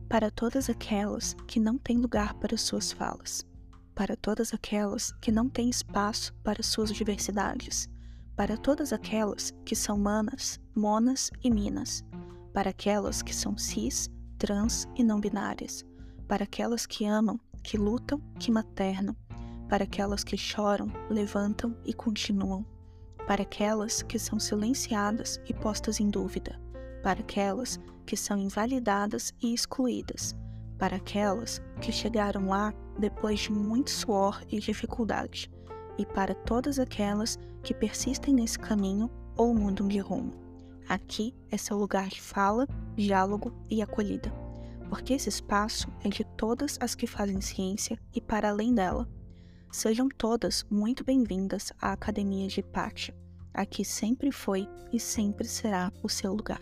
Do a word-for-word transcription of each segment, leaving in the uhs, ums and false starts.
para todas aquelas que não têm lugar para suas falas, para todas aquelas que não têm espaço para suas diversidades, para todas aquelas que são manas, monas e minas, para aquelas que são cis, trans e não binárias, para aquelas que amam, que lutam, que maternam, para aquelas que choram, levantam e continuam, para aquelas que são silenciadas e postas em dúvida, para aquelas que são invalidadas e excluídas, para aquelas que chegaram lá depois de muito suor e dificuldade, e para todas aquelas que persistem nesse caminho ou mudam de rumo. Aqui é seu lugar de fala, diálogo e acolhida, porque esse espaço é de todas as que fazem ciência e para além dela. Sejam todas muito bem-vindas à Academia de Hipátia. Aqui sempre foi e sempre será o seu lugar.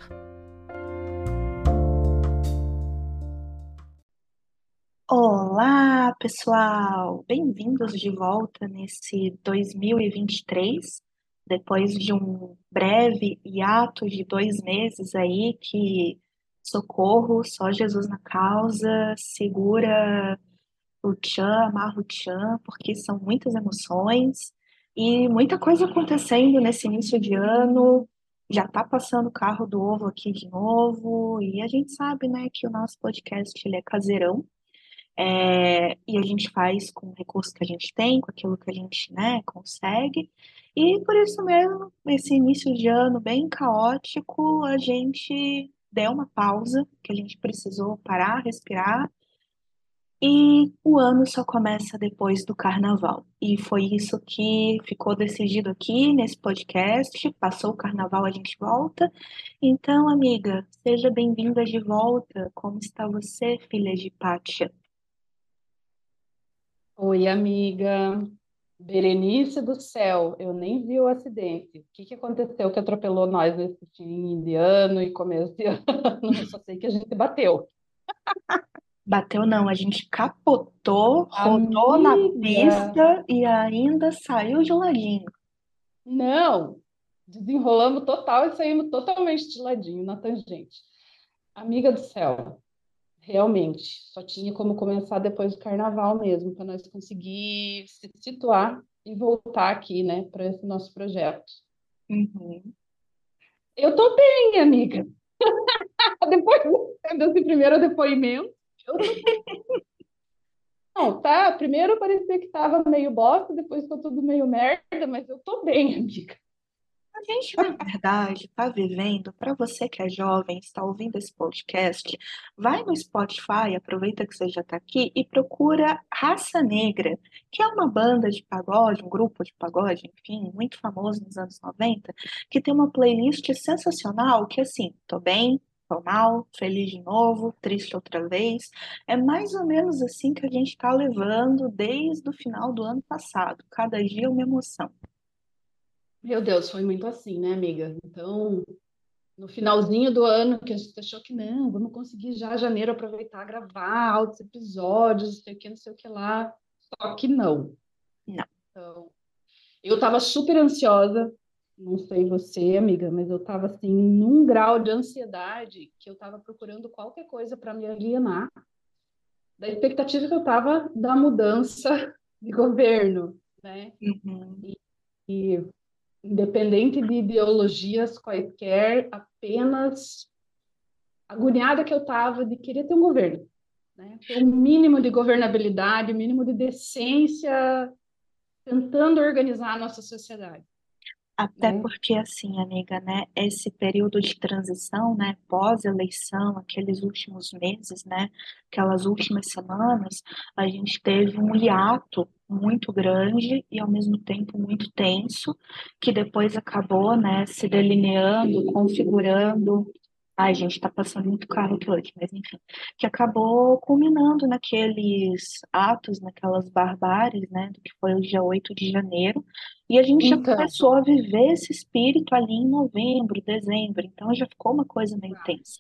Olá, pessoal! Bem-vindos de volta nesse dois mil e vinte e três, depois de um breve hiato de dois meses aí que, socorro, só Jesus na causa, segura o tchan, amarra o tchan, porque são muitas emoções e muita coisa acontecendo nesse início de ano. Já tá passando o carro do ovo aqui de novo, e a gente sabe, né, que o nosso podcast ele é caseirão. É, e a gente faz com o recurso que a gente tem, com aquilo que a gente, né, consegue. E por isso mesmo, esse início de ano bem caótico, a gente deu uma pausa, que a gente precisou parar, respirar. E o ano só começa depois do carnaval. E foi isso que ficou decidido aqui nesse podcast. Passou o carnaval, a gente volta. Então, amiga, seja bem-vinda de volta. Como está você, filha de Pátia? Oi, amiga. Berenice do céu, eu nem vi o acidente. O que que aconteceu que atropelou nós nesse fim de ano e começo de ano? Eu só sei que a gente bateu. Bateu não, a gente capotou, rodou na Amiga, pista e ainda saiu de ladinho. não. Desenrolamos total e saímos totalmente de ladinho na tangente. Amiga do céu, realmente, só tinha como começar depois do carnaval mesmo, para nós conseguir se situar e voltar aqui, né, para esse nosso projeto. Uhum. Eu tô bem, amiga. Depois desse primeiro depoimento, eu tô... Não, tá? Primeiro parecia que tava meio bosta, depois ficou tudo meio merda, mas eu tô bem, amiga. A gente, na verdade, está vivendo, para você que é jovem, está ouvindo esse podcast, vai no Spotify, aproveita que você já está aqui e procura Raça Negra, que é uma banda de pagode, um grupo de pagode, enfim, muito famoso nos anos noventa, que tem uma playlist sensacional, que assim, tô bem, tô mal, feliz de novo, triste outra vez. É mais ou menos assim que a gente está levando desde o final do ano passado. Cada dia é uma emoção. Meu Deus, foi muito assim, né, amiga? Então, no finalzinho do ano, que a gente achou que não, vamos conseguir já janeiro aproveitar, gravar altos episódios, não sei o que, não sei o que lá. Só que não. Não. Então, eu tava super ansiosa, não sei você, amiga, mas eu tava assim, num grau de ansiedade que eu tava procurando qualquer coisa para me alienar da expectativa que eu tava da mudança de governo, né? Uhum. E independente de ideologias quaisquer, apenas agoniada que eu tava de querer ter um governo, né? Ter um mínimo de governabilidade, um mínimo de decência, tentando organizar a nossa sociedade, Até né? porque, assim, amiga, né, esse período de transição, né, pós-eleição, aqueles últimos meses, né, aquelas últimas semanas, a gente teve um hiato muito grande e, ao mesmo tempo, muito tenso, que depois acabou, né, se delineando, configurando. Ai, gente, tá passando muito carro aqui hoje, mas enfim, que acabou culminando naqueles atos, naquelas barbáries, né, do que foi o dia oito de janeiro, e a gente já Então, começou a viver esse espírito ali em novembro, dezembro, então já ficou uma coisa meio tensa.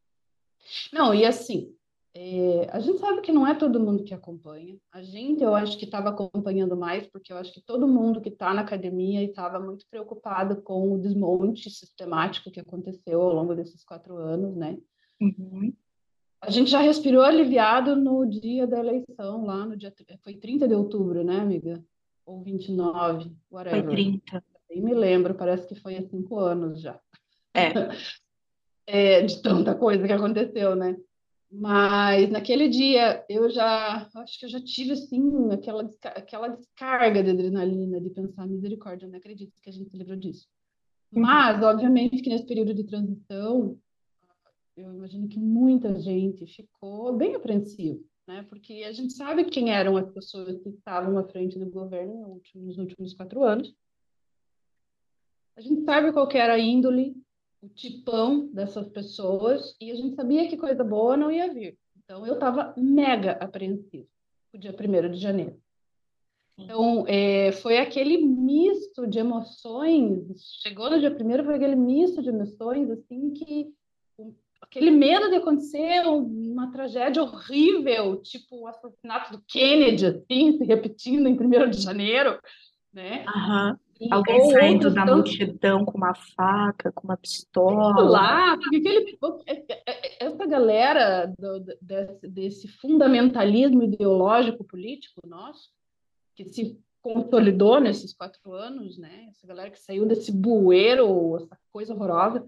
não, e assim, é, a gente sabe que não é todo mundo que acompanha. A gente, eu acho que estava acompanhando mais, porque eu acho que todo mundo que está na academia estava muito preocupado com o desmonte sistemático que aconteceu ao longo desses quatro anos, né? Uhum. A gente já respirou aliviado no dia da eleição, lá no dia. Foi trinta de outubro, né, amiga? Ou vinte e nove, Foi whatever. trinta. Nem me lembro, parece que foi há cinco anos já. É. É, de tanta coisa que aconteceu, né? Mas naquele dia eu já, acho que eu já tive assim aquela, desca- aquela descarga de adrenalina de pensar, misericórdia, eu não acredito que a gente se livrou disso. Uhum. Mas, obviamente, que nesse período de transição, eu imagino que muita gente ficou bem apreensiva, né? Porque a gente sabe quem eram as pessoas que estavam à frente do governo no último- nos últimos quatro anos. A gente sabe qual que era a índole, o tipão dessas pessoas, e a gente sabia que coisa boa não ia vir. Então, eu estava mega apreensiva o dia primeiro de janeiro. Sim. Então, é, foi aquele misto de emoções, chegou no dia primeiro, foi aquele misto de emoções, assim, que o- aquele medo de acontecer uma tragédia horrível, tipo o assassinato do Kennedy, assim, se repetindo em primeiro de janeiro, né? Aham. E, Alguém ou saindo outros da tantos multidão com uma faca, com uma pistola. lá, porque aquele, essa galera do- desse, desse fundamentalismo ideológico político nosso, que se consolidou nesses quatro anos, né? Essa galera que saiu desse bueiro, essa coisa horrorosa.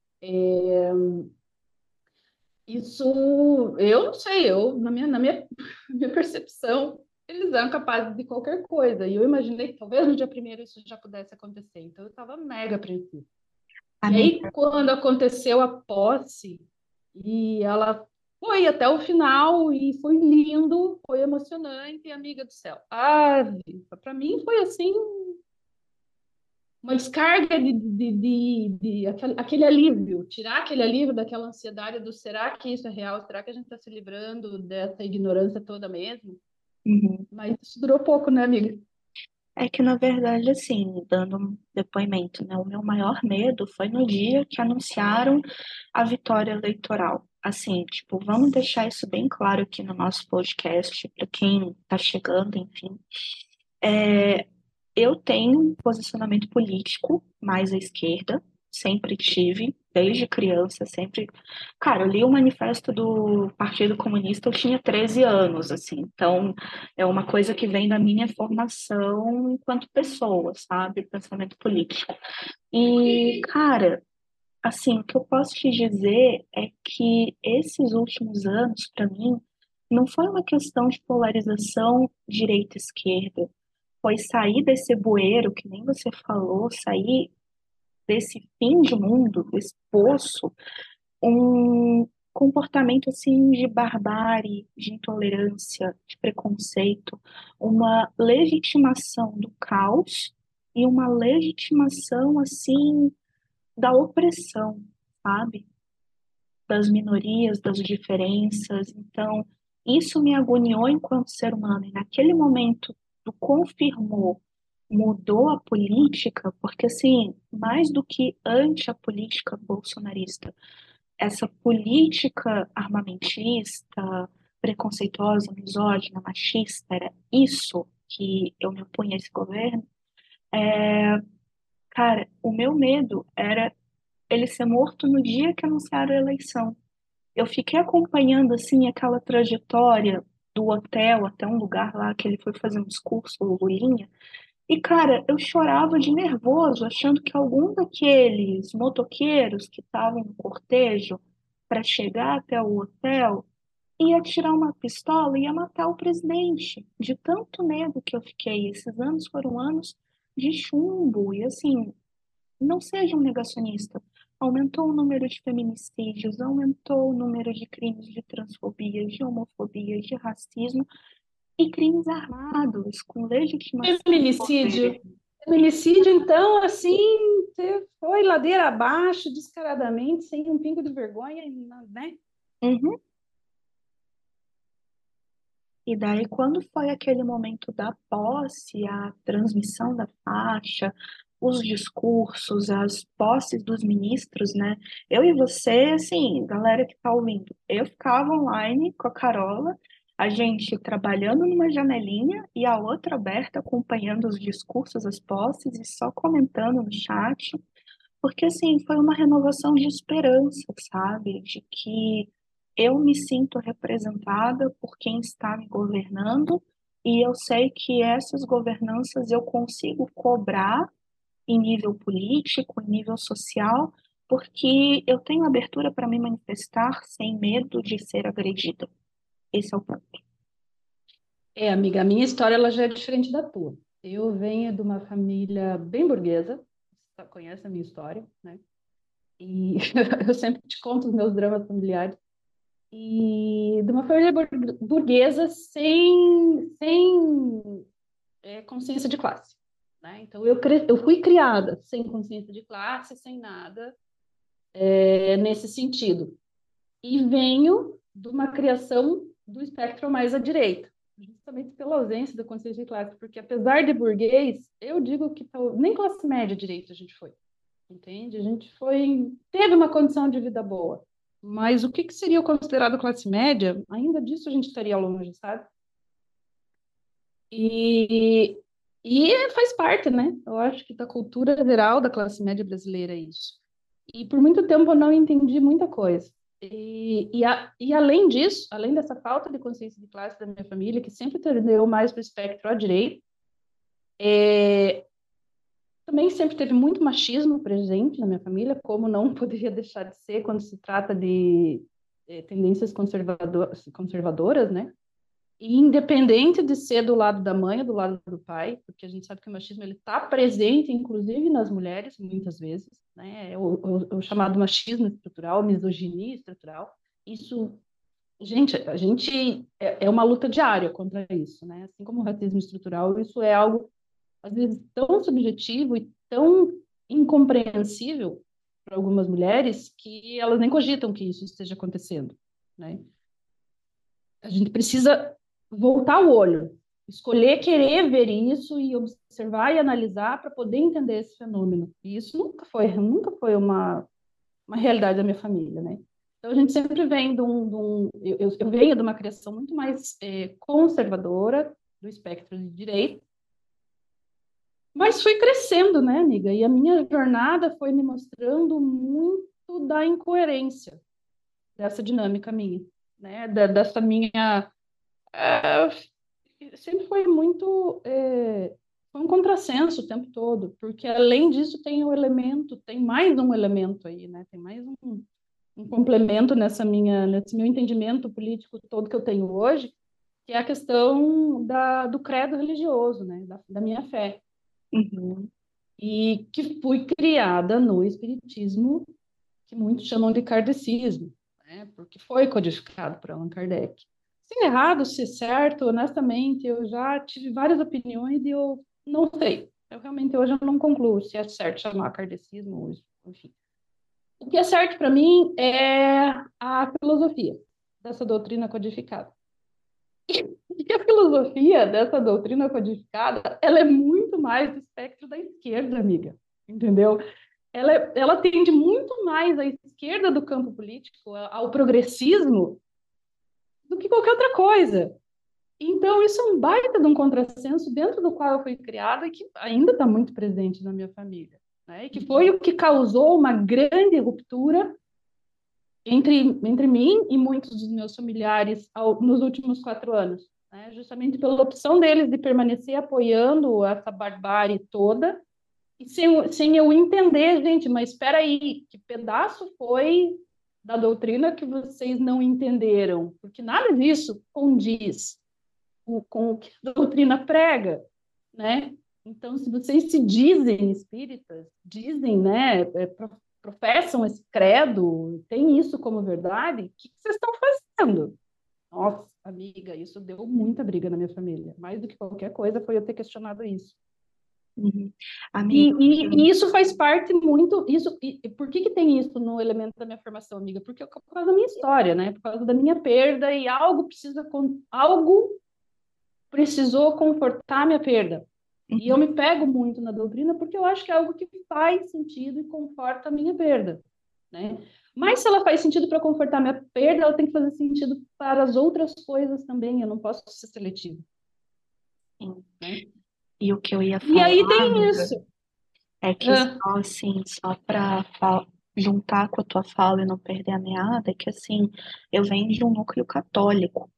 Isso, eu não sei, eu, na minha, na minha, minha percepção, eles eram capazes de qualquer coisa. E eu imaginei que talvez no dia primeiro isso já pudesse acontecer. Então eu estava mega apreensiva. E aí, Amiga, quando aconteceu a posse, e ela foi até o final, e foi lindo, foi emocionante, amiga do céu. Ah, para mim foi assim uma descarga de, de, de, de aquele, aquele alívio, tirar aquele alívio daquela ansiedade do será que isso é real? Será que a gente está se livrando dessa ignorância toda mesmo? uhum. Mas isso durou pouco, né, amiga? É que, na verdade, assim, dando um depoimento, né? O meu maior medo foi no dia que anunciaram a vitória eleitoral. Assim, tipo, vamos deixar isso bem claro aqui no nosso podcast, para quem tá chegando, enfim. É, eu tenho um posicionamento político mais à esquerda, sempre tive, desde criança, sempre. Cara, eu li o manifesto do Partido Comunista, eu tinha treze anos, assim, então é uma coisa que vem da minha formação enquanto pessoa, sabe? Pensamento político. E, cara, assim, o que eu posso te dizer é que esses últimos anos, para mim, não foi uma questão de polarização direita-esquerda, foi sair desse bueiro, que nem você falou, sair desse fim de mundo, desse poço, um comportamento assim de barbárie, de intolerância, de preconceito, uma legitimação do caos e uma legitimação assim da opressão, sabe? Das minorias, das diferenças. Então, isso me agoniou enquanto ser humano. E naquele momento, tu confirmou, mudou a política, porque, assim, mais do que ante a política bolsonarista, essa política armamentista, preconceituosa, misógina, machista, era isso que eu me opunha a esse governo. Cara, o meu medo era ele ser morto no dia que anunciaram a eleição. Eu fiquei acompanhando assim aquela trajetória do hotel até um lugar lá que ele foi fazer um discurso, o Lulinha, e cara, eu chorava de nervoso, achando que algum daqueles motoqueiros que estavam no cortejo para chegar até o hotel ia tirar uma pistola e ia matar o presidente. De tanto medo que eu fiquei. Esses anos foram anos de chumbo, e assim, não seja um negacionista. Aumentou o número de feminicídios, aumentou o número de crimes de transfobia, de homofobia, de racismo e crimes armados, com legitimação do Feminicídio. governo. Feminicídio, então, assim, você foi ladeira abaixo, descaradamente, sem um pingo de vergonha, né? Uhum. E daí, quando foi aquele momento da posse, a transmissão da faixa, os discursos, as posses dos ministros, né? Eu e você, assim, galera que tá ouvindo, eu ficava online com a Carola, a gente trabalhando numa janelinha e a outra aberta, acompanhando os discursos, as posses e só comentando no chat, porque, assim, foi uma renovação de esperança, sabe? De que eu me sinto representada por quem está me governando e eu sei que essas governanças eu consigo cobrar em nível político, em nível social, porque eu tenho abertura para me manifestar sem medo de ser agredida. Esse é o ponto. É, amiga, a minha história ela já é diferente da tua. Eu venho de uma família bem burguesa, você conhece a minha história, né? E eu sempre te conto os meus dramas familiares. E de uma família bur- burguesa sem, sem é, consciência de classe, né? Então eu, cre... eu fui criada sem consciência de classe, sem nada é, nesse sentido. E venho de uma criação do espectro mais à direita, justamente pela ausência da consciência de classe, porque apesar de burguês, eu digo que tal- nem classe média direita a gente foi, entende? A gente foi, teve uma condição de vida boa, mas o que, que seria considerado classe média, ainda disso a gente estaria longe, sabe? E, e faz parte, né? Eu acho que da cultura geral da classe média brasileira é isso. E por muito tempo eu não entendi muita coisa. E, e, a, e além disso, além dessa falta de consciência de classe da minha família, que sempre tendeu mais para o espectro à direita, é, também sempre teve muito machismo presente na minha família, como não poderia deixar de ser quando se trata de é, tendências conservadoras, conservadoras, né? E independente de ser do lado da mãe ou do lado do pai, porque a gente sabe que o machismo ele está presente, inclusive nas mulheres, muitas vezes, né? É o, o, o chamado machismo estrutural, misoginia estrutural. Isso, gente, a gente é, é uma luta diária contra isso, né? Assim como o racismo estrutural, isso é algo às vezes tão subjetivo e tão incompreensível para algumas mulheres que elas nem cogitam que isso esteja acontecendo, né? A gente precisa voltar o olho, escolher querer ver isso e observar e analisar para poder entender esse fenômeno. E isso nunca foi, nunca foi uma, uma realidade da minha família, né? Então a gente sempre vem de um, de um eu, eu venho de uma criação muito mais é, conservadora do espectro de direita, mas fui crescendo, né, amiga? E a minha jornada foi me mostrando muito da incoerência dessa dinâmica minha, né? Da, dessa minha é, sempre foi muito é, foi um contrassenso o tempo todo, porque além disso tem o elemento, tem mais um elemento aí, né? Tem mais um, um complemento nessa minha, nesse meu entendimento político todo que eu tenho hoje, que é a questão da, do credo religioso, né? Da, da minha fé. Uhum. E que fui criada no espiritismo, que muitos chamam de kardecismo, né? Porque foi codificado por Allan Kardec. Se errado, se certo, honestamente, eu já tive várias opiniões e eu não sei. Eu realmente hoje eu não concluo se é certo chamar kardecismo, enfim. O que é certo para mim é a filosofia dessa doutrina codificada. E a filosofia dessa doutrina codificada, ela é muito mais do espectro da esquerda, amiga, entendeu? Ela, é, ela tende muito mais à esquerda do campo político, ao progressismo, do que qualquer outra coisa. Então, isso é um baita de um contrassenso dentro do qual eu fui criada e que ainda está muito presente na minha família, né? E que foi o que causou uma grande ruptura entre, entre mim e muitos dos meus familiares ao, nos últimos quatro anos, né? Justamente pela opção deles de permanecer apoiando essa barbárie toda e sem, sem eu entender, gente, mas espera aí, que pedaço foi da doutrina que vocês não entenderam? Porque nada disso condiz com, com o que a doutrina prega, né? Então, se vocês se dizem espíritas, dizem, né, é, professam esse credo, tem isso como verdade, o que vocês estão fazendo? Nossa, amiga, isso deu muita briga na minha família. Mais do que qualquer coisa foi eu ter questionado isso. Uhum. E, Amiga, e, eu- e isso faz parte muito. Isso, e, e por que, que tem isso no elemento da minha formação, amiga? Porque é por causa da minha história, né? Por causa da minha perda e algo precisa algo precisou confortar a minha perda. E eu Uhum. me pego muito na doutrina porque eu acho que é algo que faz sentido e conforta a minha perda, né? Mas se ela faz sentido para confortar a minha perda, ela tem que fazer sentido para as outras coisas também. Eu não posso ser seletivo, Sim. né? E o que eu ia E falar, aí tem amiga, isso. é que Ah, só assim, só para juntar com a tua fala e não perder a meada é que, assim, eu venho de um núcleo católico.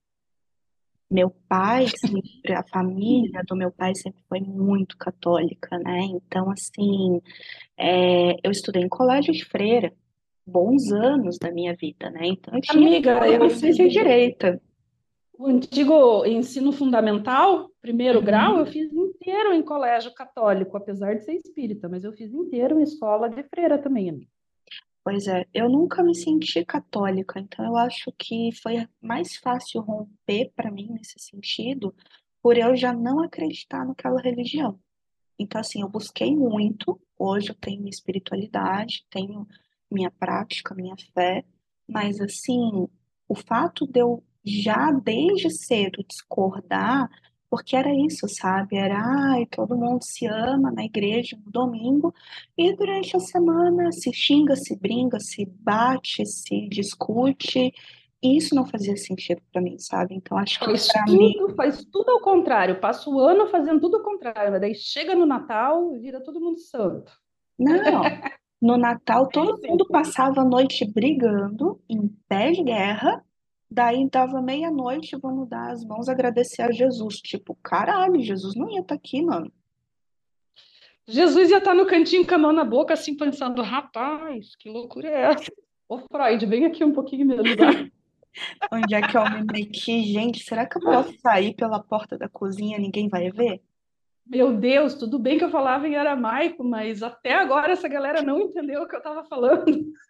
Meu pai sempre, a família do meu pai sempre foi muito católica, né? Então, assim, é, eu estudei em colégio de freira, bons anos da minha vida, né? Então, eu tinha Amiga, toda a eu consciência fiz direita. o antigo ensino fundamental, primeiro grau, eu Uhum. fiz inteiro em colégio católico, apesar de ser espírita, mas eu fiz inteiro em escola de freira também, amiga. Pois é, eu nunca me senti católica, então eu acho que foi mais fácil romper para mim nesse sentido, por eu já não acreditar naquela religião. Então, assim, eu busquei muito. Hoje eu tenho minha espiritualidade, tenho minha prática, minha fé, mas, assim, o fato de eu já desde cedo discordar, porque era isso, sabe? Era, ai, todo mundo se ama na igreja no domingo, e durante a semana se xinga, se brinca, se bate, se discute. E isso não fazia sentido para mim, sabe? Então, acho que Faz para mim. tudo, faz tudo ao contrário. Passa o ano fazendo tudo ao contrário, mas daí chega no Natal e vira todo mundo santo. Não. No Natal, É todo assim. mundo passava a noite brigando, em pé de guerra. Daí dava meia-noite, vamos dar as mãos, agradecer a Jesus. Tipo, caralho, Jesus não ia estar aqui, mano. Jesus ia estar no cantinho com a mão na boca, assim, pensando, rapaz, que loucura é essa? Ô, Freud, vem aqui um pouquinho me ajudar. Onde é que eu me meti? Gente, será que eu posso sair pela porta da cozinha e ninguém vai ver? Meu Deus, tudo bem que eu falava em aramaico, mas até agora essa galera não entendeu o que eu estava falando.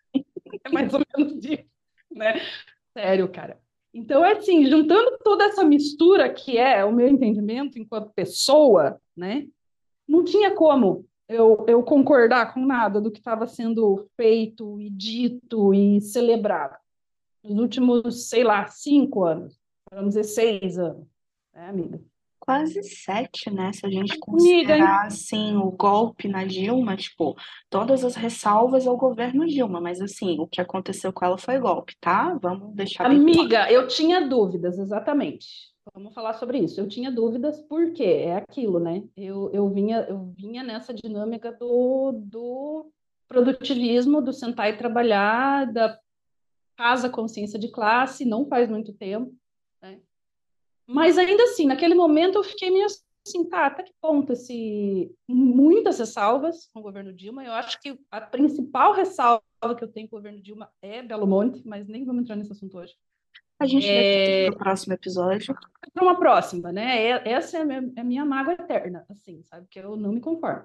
É mais ou menos isso, né? Sério, cara. Então, é assim, juntando toda essa mistura que é o meu entendimento enquanto pessoa, né? Não tinha como eu, eu concordar com nada do que estava sendo feito e dito e celebrado nos últimos, sei lá, cinco anos, vamos dizer seis anos, né, amiga? Quase sete, né? Se a gente Amiga, considerar, assim, o golpe na Dilma, tipo, todas as ressalvas ao governo Dilma, mas, assim, o que aconteceu com ela foi golpe, tá? Vamos deixar bem claro. amiga, eu tinha dúvidas, exatamente. Vamos falar sobre isso. Eu tinha dúvidas porque é aquilo, né? Eu, eu vinha, eu vinha nessa dinâmica do, do produtivismo, do sentar e trabalhar, da casa consciência de classe, não faz muito tempo, né? Mas ainda assim, naquele momento eu fiquei meio assim, tá, até que ponto esse muitas ressalvas com o governo Dilma. Eu acho que a principal ressalva que eu tenho com o governo Dilma é Belo Monte, mas nem vamos entrar nesse assunto hoje. A gente deixa isso É, pro próximo episódio. para uma próxima, né? É- Essa é a minha, é a minha mágoa eterna, assim, sabe? Que eu não me conformo.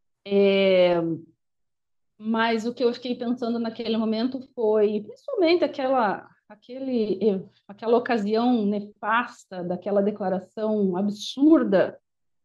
É, mas o que eu fiquei pensando naquele momento foi, principalmente aquela, aquele, aquela ocasião nefasta daquela declaração absurda,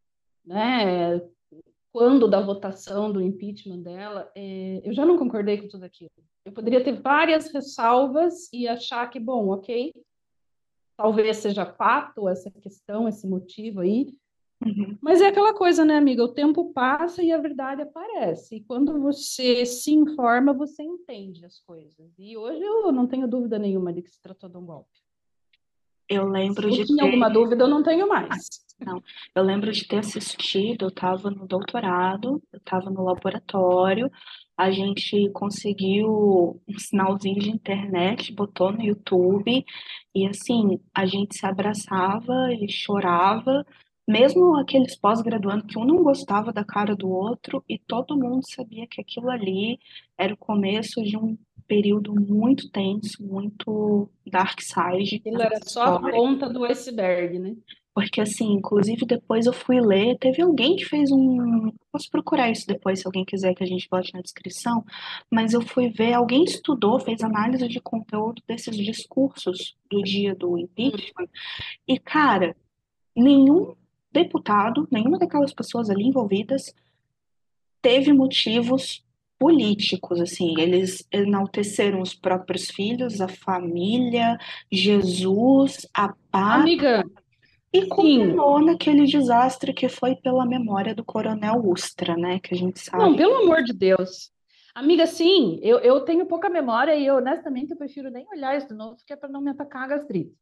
né? Quando da votação do impeachment dela, é, eu já não concordei com tudo aquilo. Eu poderia ter várias ressalvas e achar que, bom, ok, talvez seja fato essa questão, esse motivo aí. Uhum. Mas é aquela coisa, né, amiga? O tempo passa e a verdade aparece. E quando você se informa, você entende as coisas. E hoje eu não tenho dúvida nenhuma de que se tratou de um golpe. Eu Se lembro eu de tinha ter. alguma dúvida, eu não tenho mais. Não, eu lembro de ter assistido, eu estava no doutorado, eu estava no laboratório, a gente conseguiu um sinalzinho de internet, botou no YouTube, e assim, a gente se abraçava e chorava, mesmo aqueles pós-graduando que um não gostava da cara do outro, e todo mundo sabia que aquilo ali era o começo de um período muito tenso, muito dark side na Aquilo era nossa só a história. ponta do iceberg, né? Porque, assim, inclusive depois eu fui ler, teve alguém que fez um. Posso procurar isso depois, se alguém quiser que a gente bote na descrição. Mas eu fui ver, alguém estudou, fez análise de conteúdo desses discursos do dia do Hum. impeachment. E, cara, nenhum deputado, nenhuma daquelas pessoas ali envolvidas teve motivos políticos, assim. Eles enalteceram os próprios filhos, a família, Jesus, a paz. Amiga, E sim. condenou naquele desastre que foi pela memória do Coronel Ustra, né? Que a gente Não, sabe. pelo amor de Deus. Amiga, sim, eu, eu tenho pouca memória e eu, honestamente, eu prefiro nem olhar isso de novo, que é para não me atacar a gastrite.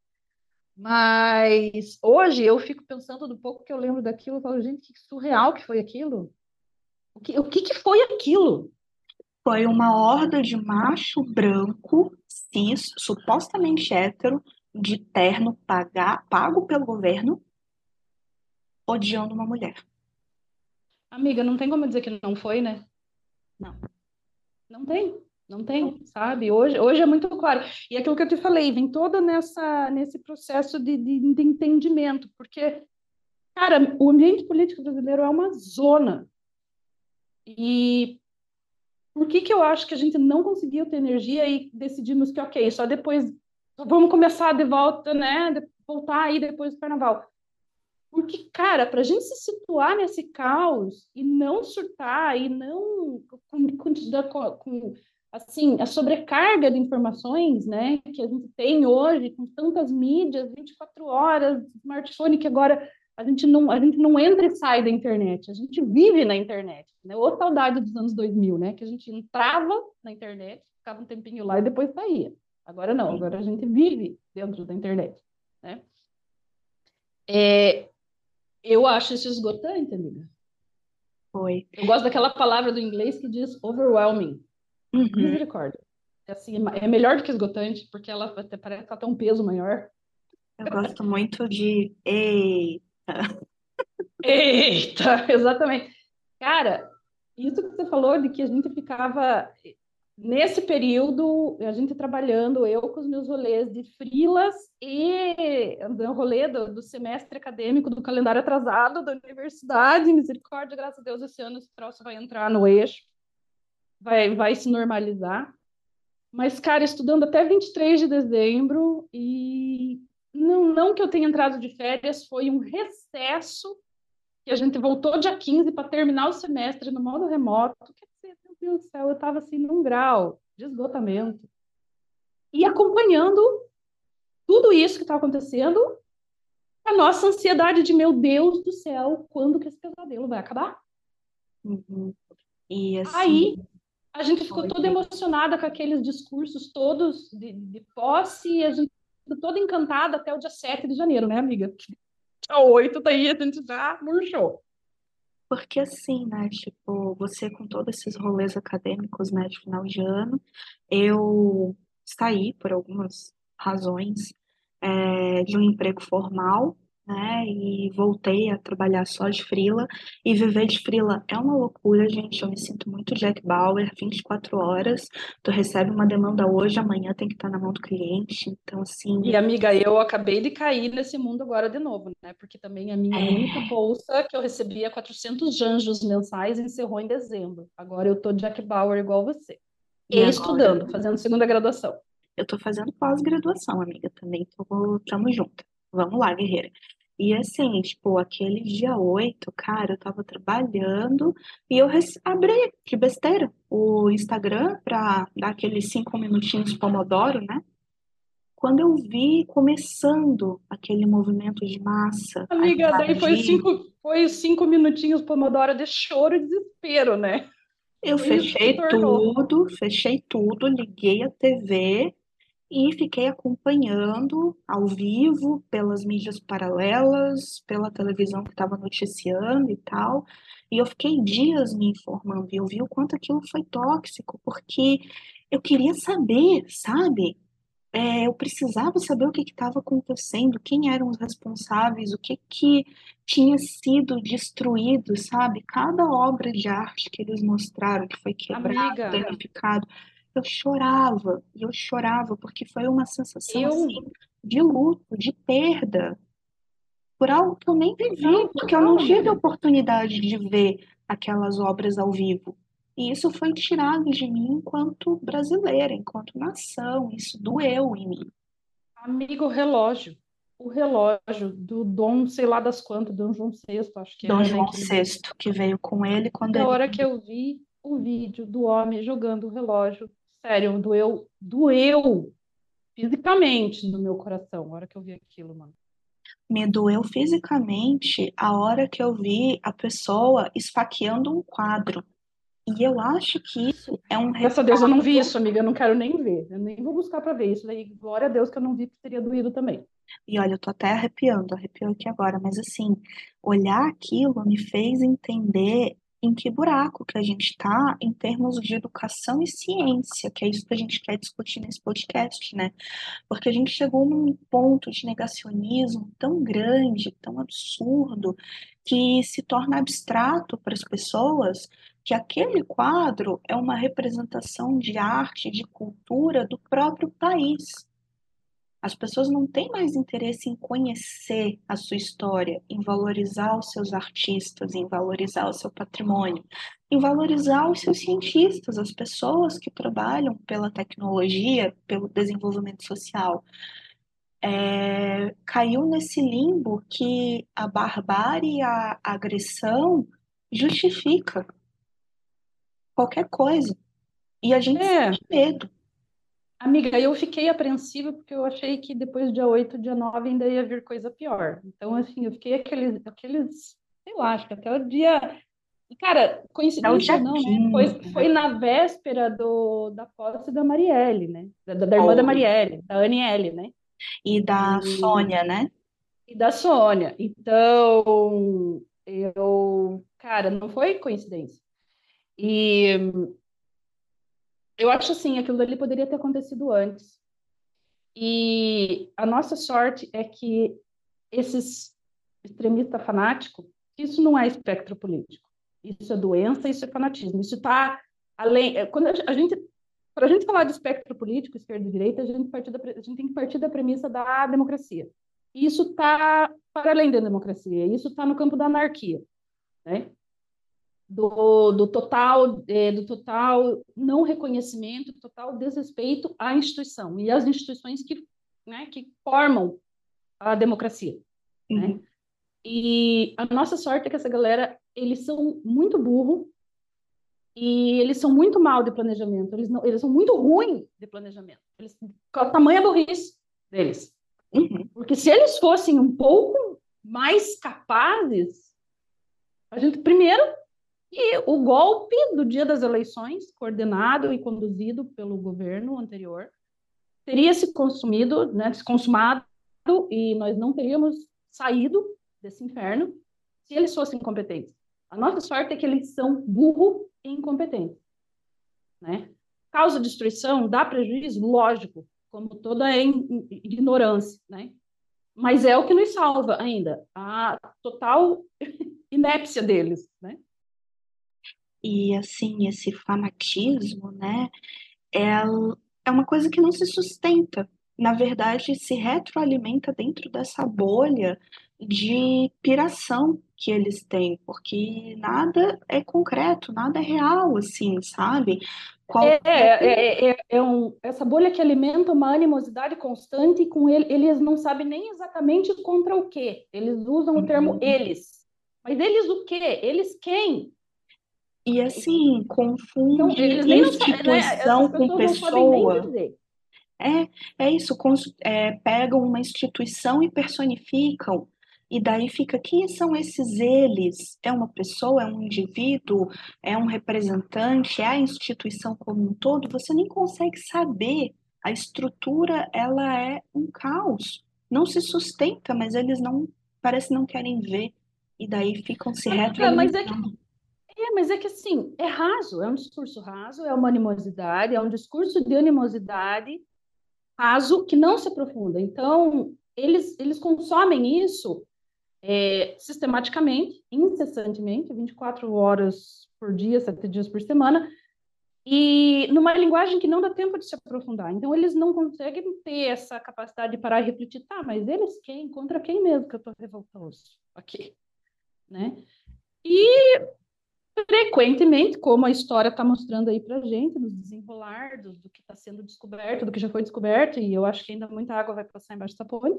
Mas hoje eu fico pensando do pouco que eu lembro daquilo, eu falo, gente, que surreal que foi aquilo. O que, o que, que foi aquilo? Foi uma horda de macho branco, cis, supostamente hétero, de terno pagar, pago pelo governo, odiando uma mulher. Amiga, não tem como dizer que não foi, né? Não. Não tem, não tem, sabe? Hoje, hoje é muito claro. E aquilo que eu te falei, vem toda nessa, nesse processo de, de, de entendimento, porque, cara, o ambiente político brasileiro é uma zona. E por que que eu acho que a gente não conseguiu ter energia e decidimos que, ok, só depois vamos começar de volta, né? De- voltar aí depois do carnaval. Porque, cara, para a gente se situar nesse caos e não surtar e não com, com, com, assim, a sobrecarga de informações, né, que a gente tem hoje com tantas mídias, vinte e quatro horas, smartphone que agora a gente não a gente não entra e sai da internet, a gente vive na internet, né? Ou saudade dos anos dois mil, né, que a gente entrava na internet, ficava um tempinho lá e depois saía. Agora não, agora a gente vive dentro da internet, né? É, eu acho isso esgotante, amiga. Foi. Eu gosto daquela palavra do inglês que diz overwhelming. Uhum. Misericórdia. É, assim, é melhor do que esgotante, porque ela até parece que ela tem um peso maior. Eu gosto muito de eita. Eita, exatamente. Cara, isso que você falou de que a gente ficava nesse período, a gente trabalhando, eu com os meus rolês de frilas e o rolê do, do semestre acadêmico, do calendário atrasado da universidade, misericórdia, graças a Deus, esse ano esse troço vai entrar no eixo, vai, vai se normalizar. Mas, cara, estudando até vinte e três de dezembro e não, não que eu tenha entrado de férias, foi um recesso que a gente voltou dia quinze para terminar o semestre no modo remoto. Quer dizer, meu Deus do céu, eu estava assim num grau de esgotamento. E acompanhando tudo isso que está acontecendo, a nossa ansiedade de, meu Deus do céu, quando que esse pesadelo vai acabar? Uhum. E assim, Aí a gente ficou foi. toda emocionada com aqueles discursos todos de, de posse e a gente ficou toda encantada até o dia sete de janeiro, né, amiga? Dia oito daí a gente já murchou. Porque assim, né, tipo, você com todos esses rolês acadêmicos, né, de final de ano, eu saí por algumas razões, é, de um emprego formal, né, e voltei a trabalhar só de freela, e viver de freela é uma loucura, gente, eu me sinto muito Jack Bauer, vinte e quatro horas, tu recebe uma demanda hoje, amanhã tem que estar na mão do cliente, então E, assim, amiga, eu acabei de cair nesse mundo agora de novo, né? Porque também a minha única é, bolsa, que eu recebia quatrocentos anjos mensais, encerrou em dezembro. Agora eu tô Jack Bauer igual você. e E agora? estudando, fazendo segunda graduação. Eu tô fazendo pós-graduação, amiga, também tô, tamo junto. Vamos lá, guerreira. E assim, tipo, aquele dia oito, cara, eu tava trabalhando e eu rece- abri de besteira o Instagram pra dar aqueles cinco minutinhos Pomodoro, né? Quando eu vi começando aquele movimento de massa a Amiga, daí foi invadir, cinco, foi cinco minutinhos Pomodoro de choro e desespero, né? eu Foi isso que se fechei tornou. tudo, fechei tudo, liguei a T V e fiquei acompanhando ao vivo pelas mídias paralelas, pela televisão que estava noticiando e tal. E eu fiquei dias me informando e eu vi o quanto aquilo foi tóxico, porque eu queria saber, sabe? É, eu precisava saber o que estava acontecendo, quem eram os responsáveis, o que que tinha sido destruído, sabe? Cada obra de arte que eles mostraram que foi quebrado, Amiga, danificado, eu chorava, e eu chorava porque foi uma sensação eu. assim de luto, de perda, por algo que eu nem vivi, Total, porque eu não total, tive a amiga. oportunidade de ver aquelas obras ao vivo. E isso foi tirado de mim enquanto brasileira, enquanto nação, isso doeu em mim. Amigo, o relógio. O relógio do Dom, sei lá das quantas, Dom João sexto, acho que Dom era, né? João Que ele sexto, que veio com ele quando E a ele. hora que eu vi o vídeo do homem jogando o relógio, sério, doeu, doeu fisicamente no meu coração, a hora que eu vi aquilo, mano. Me doeu fisicamente a hora que eu vi a pessoa esfaqueando um quadro. E eu acho que isso é um Graças a Deus eu não vi retrato. isso, amiga, eu não quero nem ver. Eu nem vou buscar para ver isso daí. Glória a Deus que eu não vi, porque teria doído também. E olha, eu tô até arrepiando, arrepio aqui agora, mas assim, olhar aquilo me fez entender em que buraco que a gente está em termos de educação e ciência, que é isso que a gente quer discutir nesse podcast, né? Porque a gente chegou num ponto de negacionismo tão grande, tão absurdo, que se torna abstrato para as pessoas que aquele quadro é uma representação de arte, de cultura do próprio país. As pessoas não têm mais interesse em conhecer a sua história, em valorizar os seus artistas, em valorizar o seu patrimônio, em valorizar os seus cientistas, as pessoas que trabalham pela tecnologia, pelo desenvolvimento social. É, caiu nesse limbo que a barbárie e a agressão justifica qualquer coisa. E a gente É, sente medo. amiga, eu fiquei apreensiva porque eu achei que depois do dia oito, dia nove ainda ia vir coisa pior. Então, assim, eu fiquei aqueles, aqueles, sei lá, acho que até o dia. E, cara, É o coincidência dia ou não, né? Foi, quinze, né? foi na véspera do, da posse da Marielle, né? Da, da irmã da Foi. Marielle, da Aniele, né? E da E, Sônia, né? e da Sônia. Então, eu, cara, não foi coincidência. E eu acho assim, aquilo dali poderia ter acontecido antes. E a nossa sorte é que esses extremistas fanáticos, isso não é espectro político. Isso é doença, isso é fanatismo. Isso está além. é, Quando a gente, para a gente falar de espectro político, esquerda e direita, a gente, partir da, a gente tem que partir da premissa da democracia. E isso está para além da democracia. Isso está no campo da anarquia, né? Do, do total é, do total não reconhecimento, total desrespeito à instituição e às instituições que, né, que formam a democracia, né? Uhum. E a nossa sorte é que essa galera, eles são muito burro e eles são muito mal de planejamento, eles não, eles são muito ruins de planejamento. Eles, com a tamanha burrice deles. Uhum. Porque se eles fossem um pouco mais capazes, a gente primeiro e o golpe do dia das eleições, coordenado e conduzido pelo governo anterior, teria se consumido, né, se consumado, e nós não teríamos saído desse inferno se eles fossem competentes. A nossa sorte é que eles são burro e incompetentes, né? Causa destruição, dá prejuízo, lógico, como toda é ignorância, né? Mas é o que nos salva ainda, a total inépcia deles, né? E assim, esse fanatismo, né, é, é uma coisa que não se sustenta. Na verdade, se retroalimenta dentro dessa bolha de piração que eles têm, porque nada é concreto, nada é real, assim, sabe? É, Qualquer. é, é, é um, essa bolha que alimenta uma animosidade constante e com ele, eles não sabem nem exatamente contra o quê. Eles usam o termo eles. Mas eles o quê? Eles quem? E assim, Então, confunde eles nem não sabem, né? Essas instituição com pessoas não sabem nem pessoa. dizer. É, é isso, cons- é, pegam uma instituição e personificam, e daí fica, quem são esses eles? É uma pessoa, é um indivíduo, é um representante, é a instituição como um todo? Você nem consegue saber. A estrutura, ela é um caos. Não se sustenta, mas eles não, parece não querem ver, e daí ficam se Amiga, mas é que, retroalimentando. é, mas é que assim, é raso, é um discurso raso, é uma animosidade, é um discurso de animosidade raso que não se aprofunda. Então, eles, eles consomem isso é, sistematicamente, incessantemente, vinte e quatro horas por dia, sete dias por semana, e numa linguagem que não dá tempo de se aprofundar. Então, eles não conseguem ter essa capacidade de parar e refletir, tá, mas eles quem? Contra quem mesmo que eu estou revoltoso aqui? Né? E, frequentemente, como a história está mostrando aí para gente, nos desenrolar do, do que está sendo descoberto, do que já foi descoberto, e eu acho que ainda muita água vai passar embaixo dessa ponte,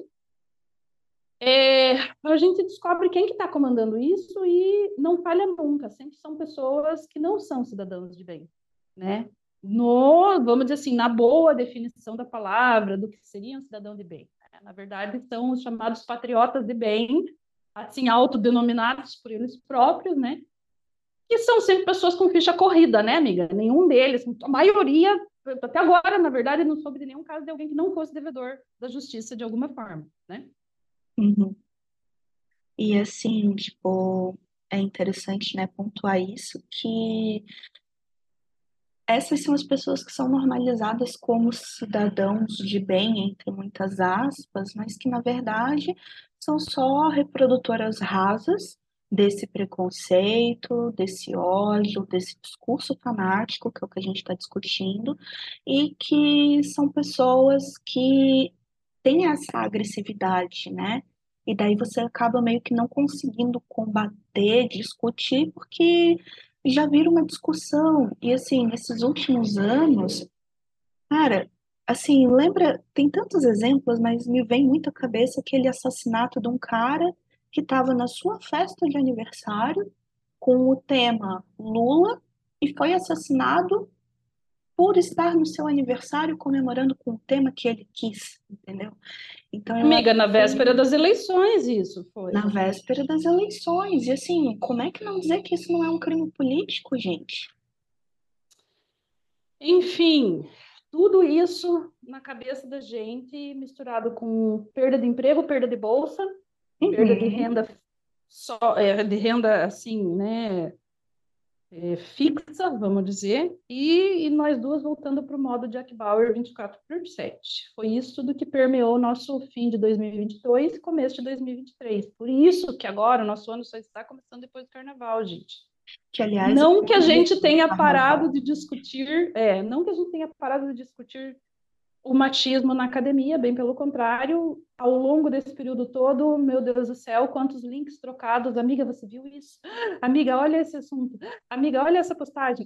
é, a gente descobre quem que está comandando isso e não falha nunca. Sempre são pessoas que não são cidadãos de bem, né? No, vamos dizer assim, na boa definição da palavra, do que seria um cidadão de bem. Né? Na verdade, são os chamados patriotas de bem, assim, autodenominados por eles próprios, né? Que são sempre pessoas com ficha corrida, né, amiga? Nenhum deles, a maioria, até agora, na verdade, não soube de nenhum caso de alguém que não fosse devedor da justiça de alguma forma, né? Uhum. E assim, tipo, é interessante, né, pontuar isso, que essas são as pessoas que são normalizadas como cidadãos de bem, entre muitas aspas, mas que, na verdade, são só reprodutoras rasas desse preconceito, desse ódio, desse discurso fanático, que é o que a gente está discutindo, e que são pessoas que têm essa agressividade, né? E daí você acaba meio que não conseguindo combater, discutir, porque já vira uma discussão. E assim, nesses últimos anos, cara, assim, lembra, tem tantos exemplos, mas me vem muito à cabeça aquele assassinato de um cara que estava na sua festa de aniversário com o tema Lula e foi assassinado por estar no seu aniversário comemorando com o tema que ele quis, entendeu? Então eu acho Amiga, na véspera que das eleições, isso foi. na véspera das eleições, e assim, como é que não dizer que isso não é um crime político, gente? Enfim, tudo isso na cabeça da gente, misturado com perda de emprego, perda de bolsa, perda de Uhum. renda só, é, de renda assim, né, é, fixa, vamos dizer, e, e nós duas voltando para o modo Jack Bauer vinte e quatro por sete. Foi isso tudo que permeou nosso fim de dois mil e vinte e dois e começo de dois mil e vinte e três. Por isso que agora o nosso ano só está começando depois do carnaval, gente. Que, aliás, eu Não que a amo gente o tenha parado carnaval. de discutir, é, não que a gente tenha parado de discutir o machismo na academia, bem pelo contrário, ao longo desse período todo, meu Deus do céu, quantos links trocados. Amiga, você viu isso? Amiga, olha esse assunto. Amiga, olha essa postagem.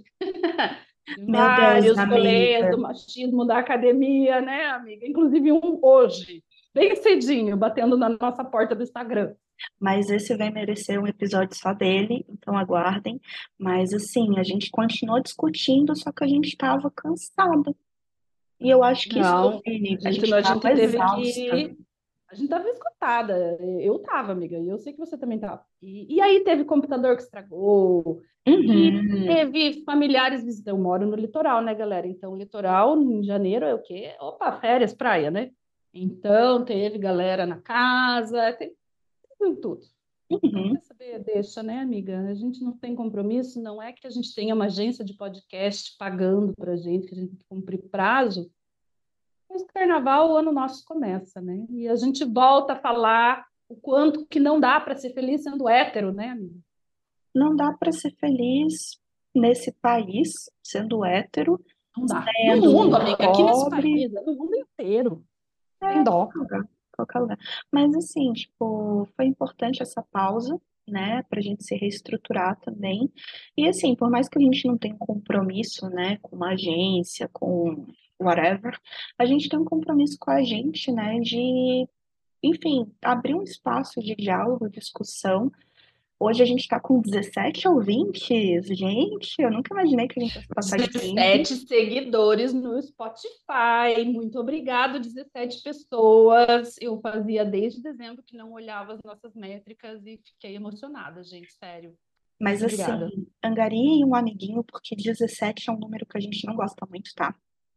Meu Deus, Vários rolês do amiga. machismo da academia, né, amiga? Inclusive um hoje, bem cedinho, batendo na nossa porta do Instagram. Mas esse vai merecer um episódio só dele, então aguardem. Mas assim, a gente continuou discutindo, só que a gente estava cansada. E eu acho que isso, Não, a Vini, a gente, gente a estava gente teve exausta. que a gente estava esgotada. Eu estava, amiga, e eu sei que você também estava. E, e aí teve computador que estragou, e Uhum. teve familiares visitando. Eu moro no litoral, né, galera? Então, litoral em janeiro é o quê? Opa, férias, praia, né? Então, teve galera na casa, teve, teve tudo. Então, Uhum. quer saber? Deixa, né, amiga? A gente não tem compromisso, não é que a gente tenha uma agência de podcast pagando pra gente, que a gente tem que cumprir prazo. Mas o carnaval, o ano nosso começa, né? E a gente volta a falar o quanto que não dá para ser feliz sendo hétero, né, amiga? Não dá para ser feliz nesse país, sendo hétero, Não dá. No mundo, sendo amiga, aqui nesse pobre, país, é no mundo inteiro. Tem é, dó. qualquer lugar, qualquer lugar. Mas assim, tipo, foi importante essa pausa, né, pra gente se reestruturar também. E assim, por mais que a gente não tenha um compromisso, né, com uma agência, com whatever, a gente tem um compromisso com a gente, né, de, enfim, abrir um espaço de diálogo, discussão. Hoje a gente está com dezessete ouvintes. Gente, eu nunca imaginei que a gente fosse passar de quinze. dezessete seguidores no Spotify. Muito obrigado, dezessete pessoas. Eu fazia desde dezembro que não olhava as nossas métricas e fiquei emocionada, gente, sério. Mas Muito assim, obrigada. angarie um amiguinho, porque dezessete é um número que a gente não gosta muito, tá?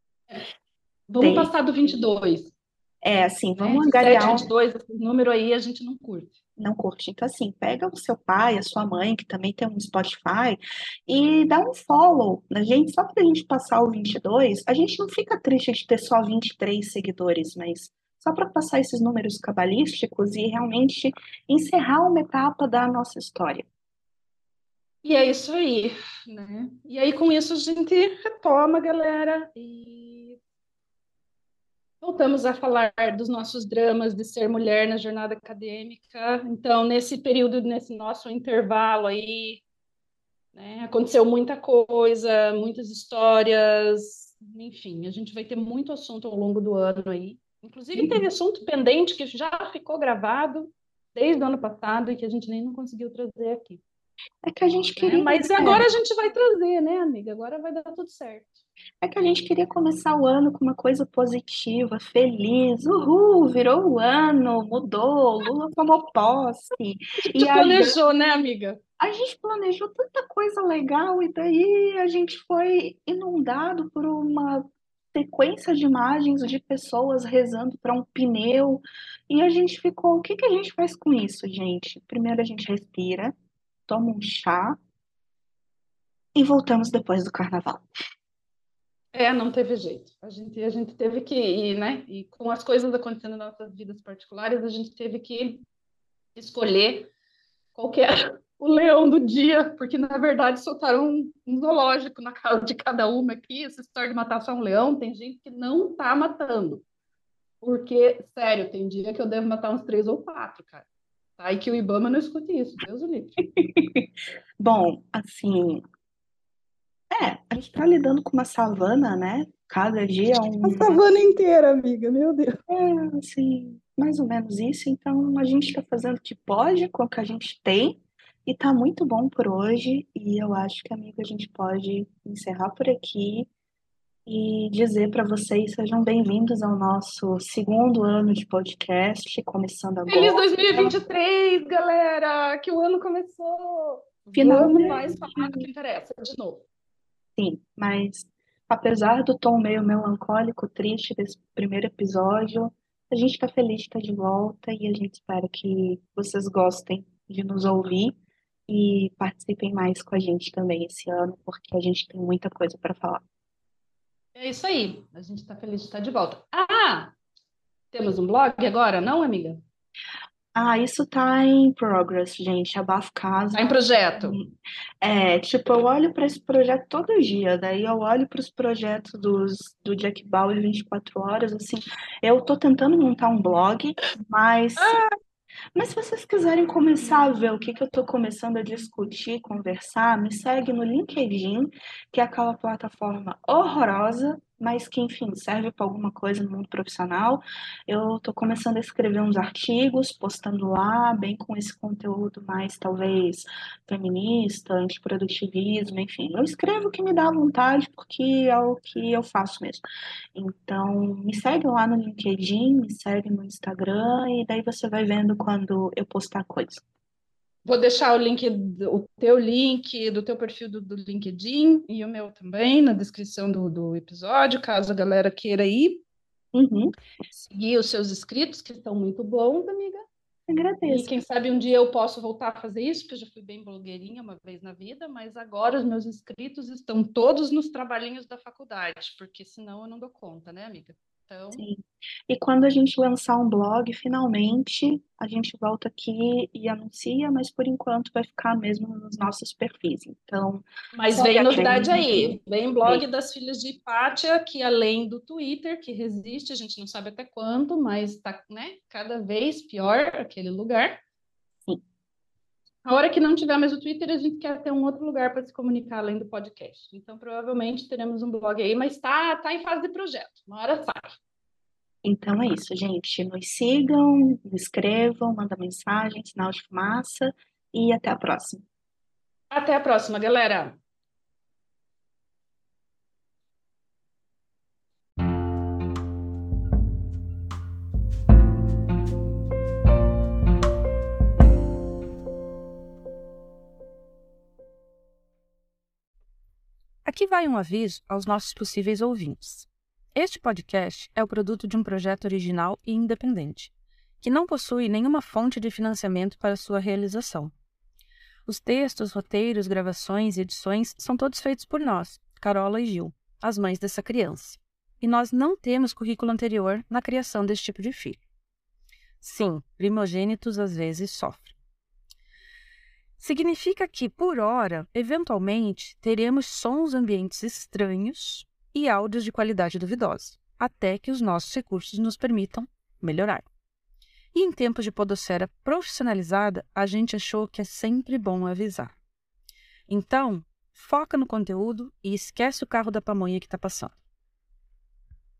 Vamos Tem, passar do vinte e dois, é assim, né? vamos dezessete, angariar, um- vinte e dois, esse número aí a gente não curte. não curte. Então, assim, pega o seu pai, a sua mãe, que também tem um Spotify, e dá um follow na gente, só pra gente passar o vinte e dois. A gente não fica triste de ter só vinte e três seguidores, mas só para passar esses números cabalísticos e realmente encerrar uma etapa da nossa história. E é isso aí, né? E aí, com isso, a gente retoma, galera, e voltamos a falar dos nossos dramas de ser mulher na jornada acadêmica. Então, nesse período, nesse nosso intervalo aí, né, aconteceu muita coisa, muitas histórias, enfim, a gente vai ter muito assunto ao longo do ano aí. Inclusive, teve assunto pendente que já ficou gravado desde o ano passado e que a gente nem não conseguiu trazer aqui. É que a gente Né? queria, Mas né? agora a gente vai trazer, né, amiga? Agora vai dar tudo certo. É que a gente queria começar o ano com uma coisa positiva, feliz. Uhul, virou o ano, mudou, Lula tomou posse. A E gente a, planejou, né, amiga? a gente planejou tanta coisa legal, e daí a gente foi inundado por uma sequência de imagens de pessoas rezando para um pneu. E a gente ficou, o que que a gente faz com isso, gente? Primeiro a gente respira, toma um chá e voltamos depois do carnaval. É, não teve jeito. A gente, a gente teve que ir, né? E com as coisas acontecendo nas nossas vidas particulares, a gente teve que escolher qual que era o leão do dia, porque na verdade soltaram um, um zoológico na casa de cada uma aqui. Essa história de matar só um leão, tem gente que não tá matando. Porque, sério, tem dia que eu devo matar uns três ou quatro, cara. Tá? E que o Ibama não escute isso, Deus o livre. Bom, assim, é, a gente tá lidando com uma savana, né? Cada dia é um. A savana inteira, amiga, meu Deus. É, assim, mais ou menos isso. Então, a gente está fazendo o que pode com o que a gente tem e tá muito bom por hoje. E eu acho que, amiga, a gente pode encerrar por aqui e dizer para vocês, sejam bem-vindos ao nosso segundo ano de podcast, começando Feliz agora. dois mil e vinte e três, galera! Que o ano começou! Vamos Finalmente. mais falar do que interessa, de novo. Sim, mas apesar do tom meio melancólico, triste desse primeiro episódio, a gente está feliz de estar de volta e a gente espera que vocês gostem de nos ouvir e participem mais com a gente também esse ano, porque a gente tem muita coisa para falar. É isso aí, a gente está feliz de estar de volta. Ah, temos um blog agora, não, amiga? Ah, isso tá em progress, gente. Abafo caso. Tá em projeto. É, tipo, eu olho para esse projeto todo dia, daí eu olho para os projetos dos, do Jack Bauer vinte e quatro horas, assim, eu tô tentando montar um blog, mas Mas se vocês quiserem começar a ver o que, que eu estou começando a discutir, conversar, me segue no LinkedIn, que é aquela plataforma horrorosa, mas que, enfim, serve para alguma coisa no mundo profissional. Eu estou começando a escrever uns artigos, postando lá, bem com esse conteúdo mais, talvez, feminista, antiprodutivismo, enfim. Eu escrevo o que me dá vontade, porque é o que eu faço mesmo. Então, me segue lá no LinkedIn, me segue no Instagram, e daí você vai vendo quando eu postar coisa. Vou deixar o link, do- o teu link do teu perfil do, do LinkedIn e o meu também na descrição do, do episódio, caso a galera queira ir Uhum, seguir os seus inscritos, que estão muito bons, amiga. E agradeço. quem sabe um dia eu posso voltar a fazer isso, porque eu já fui bem blogueirinha uma vez na vida, mas agora os meus inscritos estão todos nos trabalhinhos da faculdade, porque senão eu não dou conta, né, amiga? Então, Sim. E quando a gente lançar um blog, finalmente, a gente volta aqui e anuncia, mas por enquanto vai ficar mesmo nos nossos perfis. Então, mas segue vem a novidade gente. aí. Vem blog das Filhas de Hipátia, que além do Twitter, que resiste, a gente não sabe até quando, mas está, né, cada vez pior aquele lugar. Sim. A hora que não tiver mais o Twitter, a gente quer ter um outro lugar para se comunicar além do podcast. Então, provavelmente teremos um blog aí, mas está tá em fase de projeto. Uma hora sai. Então é isso, gente. Nos sigam, me escrevam, mandam mensagem, sinal de fumaça e até a próxima. Até a próxima, galera! Aqui vai um aviso aos nossos possíveis ouvintes. Este podcast é o produto de um projeto original e independente, que não possui nenhuma fonte de financiamento para sua realização. Os textos, roteiros, gravações e edições são todos feitos por nós, Carola e Gil, as mães dessa criança. E nós não temos currículo anterior na criação desse tipo de filho. Sim, primogênitos às vezes sofrem. Significa que, por hora, eventualmente, teremos sons ambientes estranhos e áudios de qualidade duvidosa, até que os nossos recursos nos permitam melhorar. E em tempos de podosfera profissionalizada, a gente achou que é sempre bom avisar. Então, foca no conteúdo e esquece o carro da pamonha que está passando.